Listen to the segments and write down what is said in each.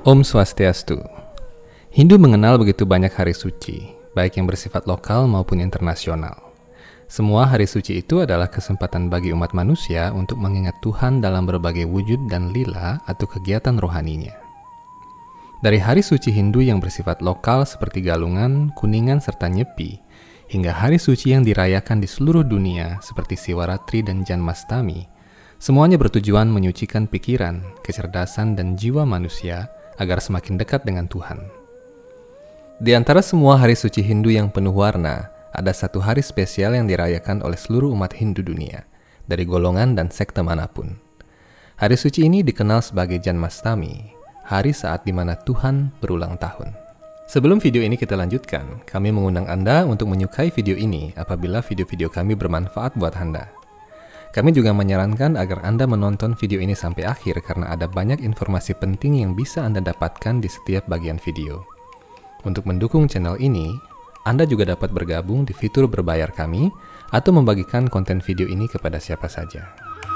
Om Swastiastu. Hindu mengenal begitu banyak hari suci, baik yang bersifat lokal maupun internasional. Semua hari suci itu adalah kesempatan bagi umat manusia untuk mengingat Tuhan dalam berbagai wujud dan lila atau kegiatan rohaninya. Dari hari suci Hindu yang bersifat lokal seperti Galungan, Kuningan, serta Nyepi, hingga hari suci yang dirayakan di seluruh dunia seperti Siwaratri dan Janmastami, semuanya bertujuan menyucikan pikiran, kecerdasan, dan jiwa manusia agar semakin dekat dengan Tuhan. Di antara semua hari suci Hindu yang penuh warna, ada satu hari spesial yang dirayakan oleh seluruh umat Hindu dunia, dari golongan dan sekte manapun. Hari suci ini dikenal sebagai Janmastami, hari saat di mana Tuhan berulang tahun. Sebelum video ini kita lanjutkan, kami mengundang Anda untuk menyukai video ini apabila video-video kami bermanfaat buat Anda. Kami juga menyarankan agar Anda menonton video ini sampai akhir karena ada banyak informasi penting yang bisa Anda dapatkan di setiap bagian video. Untuk mendukung channel ini, Anda juga dapat bergabung di fitur berbayar kami atau membagikan konten video ini kepada siapa saja.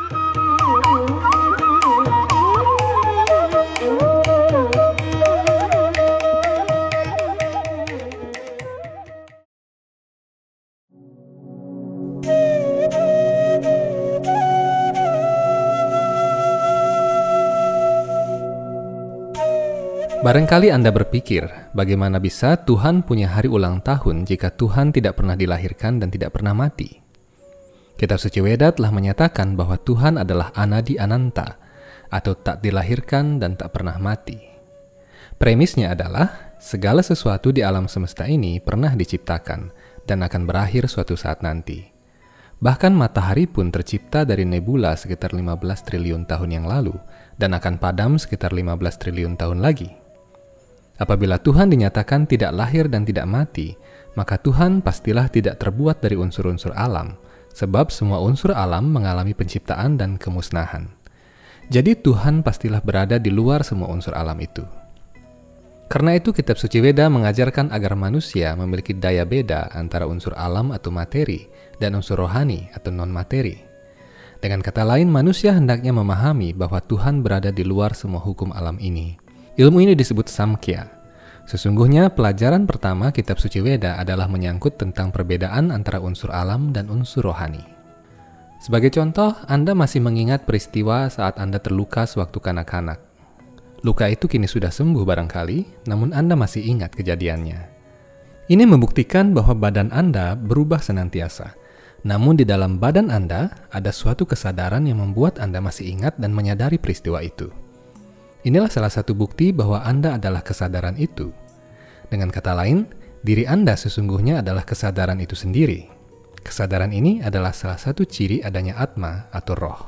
Barangkali Anda berpikir, bagaimana bisa Tuhan punya hari ulang tahun jika Tuhan tidak pernah dilahirkan dan tidak pernah mati? Kitab Suci Weda telah menyatakan bahwa Tuhan adalah Anadi Ananta, atau tak dilahirkan dan tak pernah mati. Premisnya adalah, segala sesuatu di alam semesta ini pernah diciptakan dan akan berakhir suatu saat nanti. Bahkan matahari pun tercipta dari nebula sekitar 15 triliun tahun yang lalu dan akan padam sekitar 15 triliun tahun lagi. Apabila Tuhan dinyatakan tidak lahir dan tidak mati, maka Tuhan pastilah tidak terbuat dari unsur-unsur alam, sebab semua unsur alam mengalami penciptaan dan kemusnahan. Jadi Tuhan pastilah berada di luar semua unsur alam itu. Karena itu kitab suci Weda mengajarkan agar manusia memiliki daya beda antara unsur alam atau materi dan unsur rohani atau non-materi. Dengan kata lain, manusia hendaknya memahami bahwa Tuhan berada di luar semua hukum alam ini. Ilmu ini disebut Samkhya. Sesungguhnya pelajaran pertama kitab suci Weda adalah menyangkut tentang perbedaan antara unsur alam dan unsur rohani. Sebagai contoh, Anda masih mengingat peristiwa saat Anda terluka sewaktu kanak-kanak. Luka itu kini sudah sembuh barangkali, namun Anda masih ingat kejadiannya. Ini membuktikan bahwa badan Anda berubah senantiasa. Namun di dalam badan Anda ada suatu kesadaran yang membuat Anda masih ingat dan menyadari peristiwa itu. Inilah salah satu bukti bahwa Anda adalah kesadaran itu. Dengan kata lain, diri Anda sesungguhnya adalah kesadaran itu sendiri. Kesadaran ini adalah salah satu ciri adanya Atma atau roh.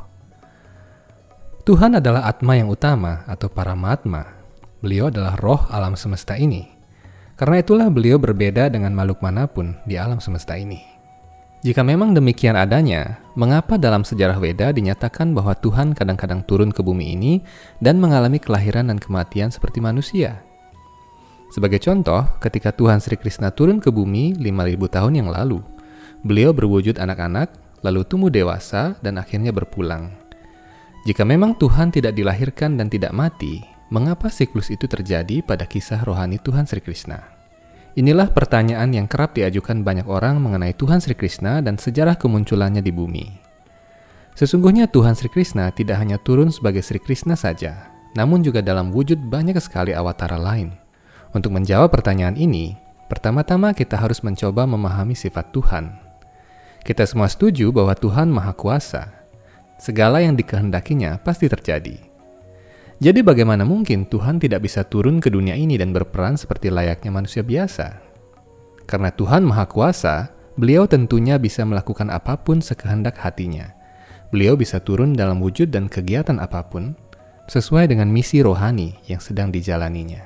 Tuhan adalah Atma yang utama atau Paramatma. Beliau adalah roh alam semesta ini. Karena itulah beliau berbeda dengan makhluk manapun di alam semesta ini. Jika memang demikian adanya, mengapa dalam sejarah Weda dinyatakan bahwa Tuhan kadang-kadang turun ke bumi ini dan mengalami kelahiran dan kematian seperti manusia? Sebagai contoh, ketika Tuhan Sri Krishna turun ke bumi 5.000 tahun yang lalu, beliau berwujud anak-anak, lalu tumbuh dewasa dan akhirnya berpulang. Jika memang Tuhan tidak dilahirkan dan tidak mati, mengapa siklus itu terjadi pada kisah rohani Tuhan Sri Krishna? Inilah pertanyaan yang kerap diajukan banyak orang mengenai Tuhan Sri Krishna dan sejarah kemunculannya di bumi. Sesungguhnya Tuhan Sri Krishna tidak hanya turun sebagai Sri Krishna saja, namun juga dalam wujud banyak sekali awatara lain. Untuk menjawab pertanyaan ini, pertama-tama kita harus mencoba memahami sifat Tuhan. Kita semua setuju bahwa Tuhan Maha Kuasa. Segala yang dikehendakinya pasti terjadi. Jadi bagaimana mungkin Tuhan tidak bisa turun ke dunia ini dan berperan seperti layaknya manusia biasa? Karena Tuhan Maha Kuasa, beliau tentunya bisa melakukan apapun sekehendak hatinya. Beliau bisa turun dalam wujud dan kegiatan apapun, sesuai dengan misi rohani yang sedang dijalaninya.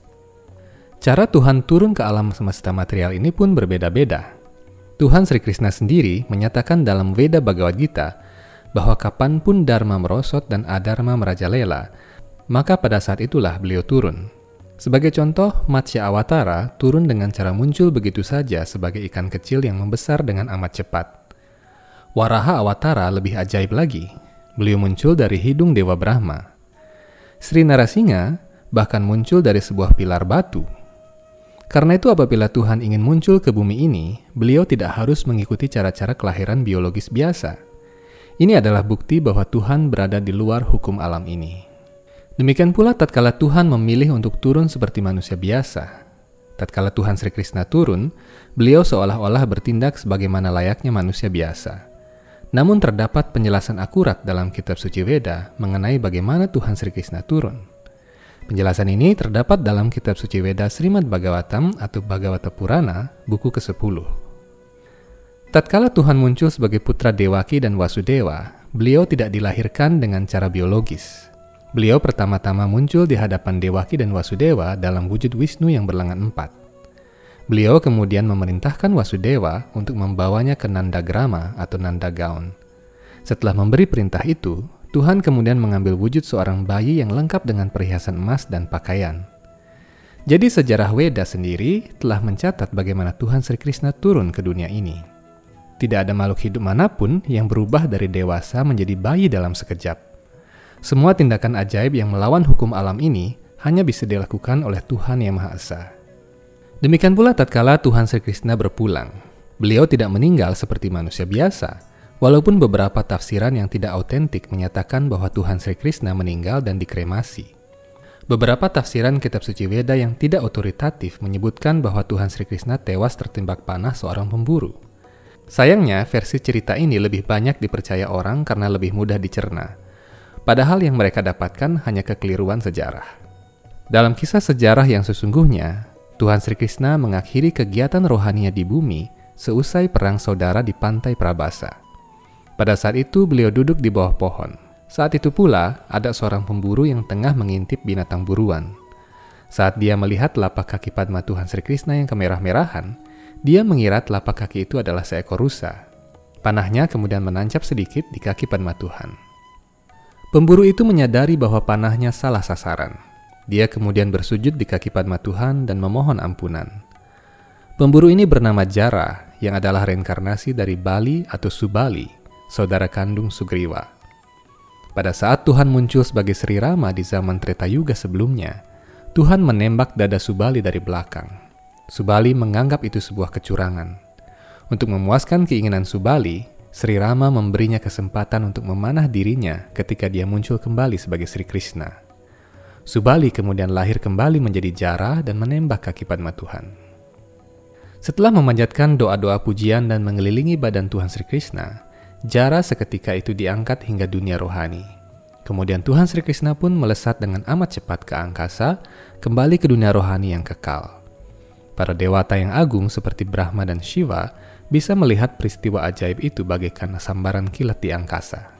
Cara Tuhan turun ke alam semesta material ini pun berbeda-beda. Tuhan Sri Krishna sendiri menyatakan dalam Veda Bhagavad Gita bahwa kapanpun Dharma merosot dan Adharma merajalela, maka pada saat itulah beliau turun. Sebagai contoh, Matsya Awatara turun dengan cara muncul begitu saja sebagai ikan kecil yang membesar dengan amat cepat. Waraha Awatara lebih ajaib lagi. Beliau muncul dari hidung Dewa Brahma. Sri Narasingha bahkan muncul dari sebuah pilar batu. Karena itu apabila Tuhan ingin muncul ke bumi ini, beliau tidak harus mengikuti cara-cara kelahiran biologis biasa. Ini adalah bukti bahwa Tuhan berada di luar hukum alam ini. Demikian pula tatkala Tuhan memilih untuk turun seperti manusia biasa. Tatkala Tuhan Sri Krishna turun, beliau seolah-olah bertindak sebagaimana layaknya manusia biasa. Namun terdapat penjelasan akurat dalam kitab suci Weda mengenai bagaimana Tuhan Sri Krishna turun. Penjelasan ini terdapat dalam kitab suci Weda Srimad Bhagavatam atau Bhagavata Purana, buku ke-10. Tatkala Tuhan muncul sebagai putra Dewaki dan Wasudewa, beliau tidak dilahirkan dengan cara biologis. Beliau pertama-tama muncul di hadapan Dewaki dan Wasudewa dalam wujud Wisnu yang berlengan 4. Beliau kemudian memerintahkan Wasudewa untuk membawanya ke Nandagrama atau Nandagaon. Setelah memberi perintah itu, Tuhan kemudian mengambil wujud seorang bayi yang lengkap dengan perhiasan emas dan pakaian. Jadi sejarah Weda sendiri telah mencatat bagaimana Tuhan Sri Krishna turun ke dunia ini. Tidak ada makhluk hidup manapun yang berubah dari dewasa menjadi bayi dalam sekejap. Semua tindakan ajaib yang melawan hukum alam ini hanya bisa dilakukan oleh Tuhan Yang Maha Esa. Demikian pula tatkala Tuhan Sri Krishna berpulang. Beliau tidak meninggal seperti manusia biasa, walaupun beberapa tafsiran yang tidak autentik menyatakan bahwa Tuhan Sri Krishna meninggal dan dikremasi. Beberapa tafsiran kitab suci Weda yang tidak otoritatif menyebutkan bahwa Tuhan Sri Krishna tewas tertembak panah seorang pemburu. Sayangnya, versi cerita ini lebih banyak dipercaya orang karena lebih mudah dicerna. Padahal yang mereka dapatkan hanya kekeliruan sejarah. Dalam kisah sejarah yang sesungguhnya, Tuhan Sri Krishna mengakhiri kegiatan rohaninya di bumi seusai perang saudara di pantai Prabhasa. Pada saat itu beliau duduk di bawah pohon. Saat itu pula ada seorang pemburu yang tengah mengintip binatang buruan. Saat dia melihat telapak kaki Padma Tuhan Sri Krishna yang kemerah-merahan, dia mengira telapak kaki itu adalah seekor rusa. Panahnya kemudian menancap sedikit di kaki Padma Tuhan. Pemburu itu menyadari bahwa panahnya salah sasaran. Dia kemudian bersujud di kaki Padma Tuhan dan memohon ampunan. Pemburu ini bernama Jara, yang adalah reinkarnasi dari Bali atau Subali, saudara kandung Sugriwa. Pada saat Tuhan muncul sebagai Sri Rama di zaman Treta Yuga sebelumnya, Tuhan menembak dada Subali dari belakang. Subali menganggap itu sebuah kecurangan. Untuk memuaskan keinginan Subali, Sri Rama memberinya kesempatan untuk memanah dirinya ketika dia muncul kembali sebagai Sri Krishna. Subali kemudian lahir kembali menjadi Jara dan menembak kaki Padma Tuhan. Setelah memanjatkan doa-doa pujian dan mengelilingi badan Tuhan Sri Krishna, Jara seketika itu diangkat hingga dunia rohani. Kemudian Tuhan Sri Krishna pun melesat dengan amat cepat ke angkasa, kembali ke dunia rohani yang kekal. Para dewata yang agung seperti Brahma dan Shiva bisa melihat peristiwa ajaib itu bagaikan sambaran kilat di angkasa.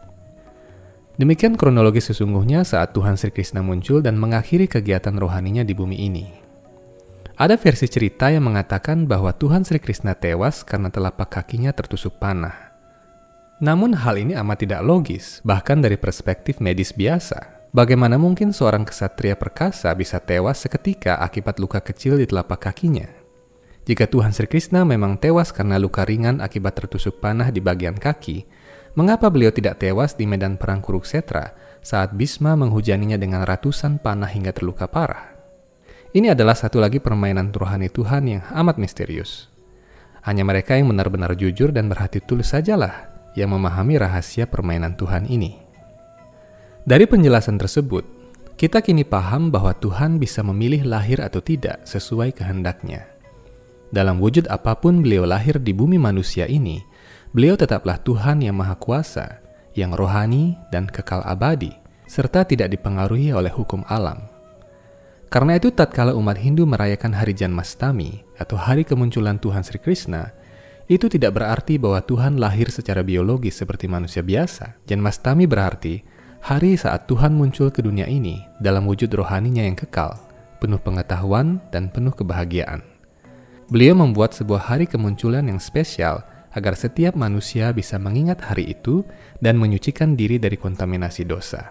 Demikian kronologi sesungguhnya saat Tuhan Sri Krishna muncul dan mengakhiri kegiatan rohaninya di bumi ini. Ada versi cerita yang mengatakan bahwa Tuhan Sri Krishna tewas karena telapak kakinya tertusuk panah. Namun hal ini amat tidak logis, bahkan dari perspektif medis biasa. Bagaimana mungkin seorang ksatria perkasa bisa tewas seketika akibat luka kecil di telapak kakinya? Jika Tuhan Sri Krishna memang tewas karena luka ringan akibat tertusuk panah di bagian kaki, mengapa beliau tidak tewas di medan perang Kuruksetra saat Bhisma menghujaninya dengan ratusan panah hingga terluka parah? Ini adalah satu lagi permainan rohani Tuhan yang amat misterius. Hanya mereka yang benar-benar jujur dan berhati tulus sajalah yang memahami rahasia permainan Tuhan ini. Dari penjelasan tersebut, kita kini paham bahwa Tuhan bisa memilih lahir atau tidak sesuai kehendaknya. Dalam wujud apapun beliau lahir di bumi manusia ini, beliau tetaplah Tuhan yang Maha Kuasa, yang rohani dan kekal abadi, serta tidak dipengaruhi oleh hukum alam. Karena itu tatkala umat Hindu merayakan Hari Janmastami atau hari kemunculan Tuhan Sri Krishna, itu tidak berarti bahwa Tuhan lahir secara biologis seperti manusia biasa. Janmastami berarti hari saat Tuhan muncul ke dunia ini dalam wujud rohaninya yang kekal, penuh pengetahuan dan penuh kebahagiaan. Beliau membuat sebuah hari kemunculan yang spesial agar setiap manusia bisa mengingat hari itu dan menyucikan diri dari kontaminasi dosa.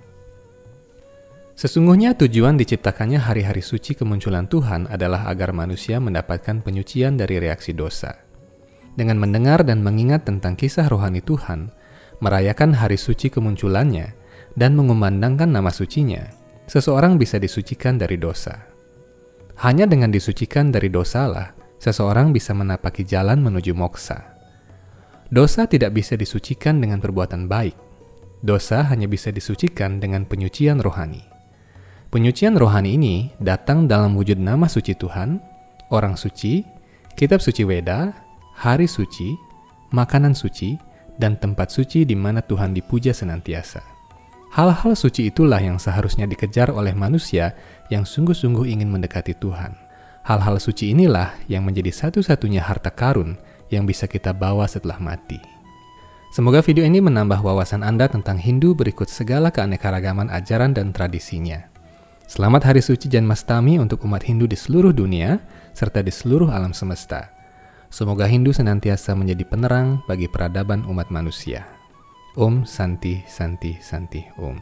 Sesungguhnya tujuan diciptakannya hari-hari suci kemunculan Tuhan adalah agar manusia mendapatkan penyucian dari reaksi dosa. Dengan mendengar dan mengingat tentang kisah rohani Tuhan, merayakan hari suci kemunculannya, dan mengumandangkan nama sucinya, seseorang bisa disucikan dari dosa. Hanya dengan disucikan dari dosalah, seseorang bisa menapaki jalan menuju moksa. Dosa tidak bisa disucikan dengan perbuatan baik. Dosa hanya bisa disucikan dengan penyucian rohani. Penyucian rohani ini datang dalam wujud nama suci Tuhan, orang suci, kitab suci Weda, hari suci, makanan suci, dan tempat suci di mana Tuhan dipuja senantiasa. Hal-hal suci itulah yang seharusnya dikejar oleh manusia yang sungguh-sungguh ingin mendekati Tuhan. Hal-hal suci inilah yang menjadi satu-satunya harta karun yang bisa kita bawa setelah mati. Semoga video ini menambah wawasan Anda tentang Hindu berikut segala keanekaragaman ajaran dan tradisinya. Selamat Hari Suci Janmastami untuk umat Hindu di seluruh dunia, serta di seluruh alam semesta. Semoga Hindu senantiasa menjadi penerang bagi peradaban umat manusia. Om Santi Santi Santi Om.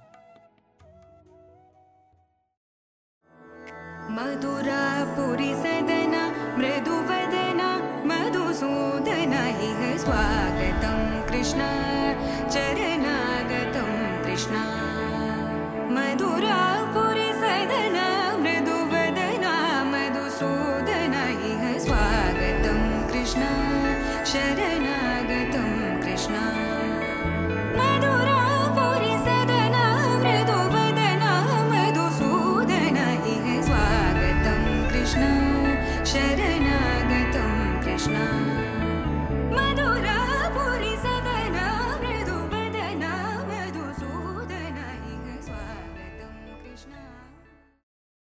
Madhurapuri Sadana Mridu Vadana Madhusudana Iha Swagatam Krishna Charanagatam Krishna Madhurapuri Sadana Mridu Vadana Madhusudana Iha Swagatam Krishna Charanagatam Krishna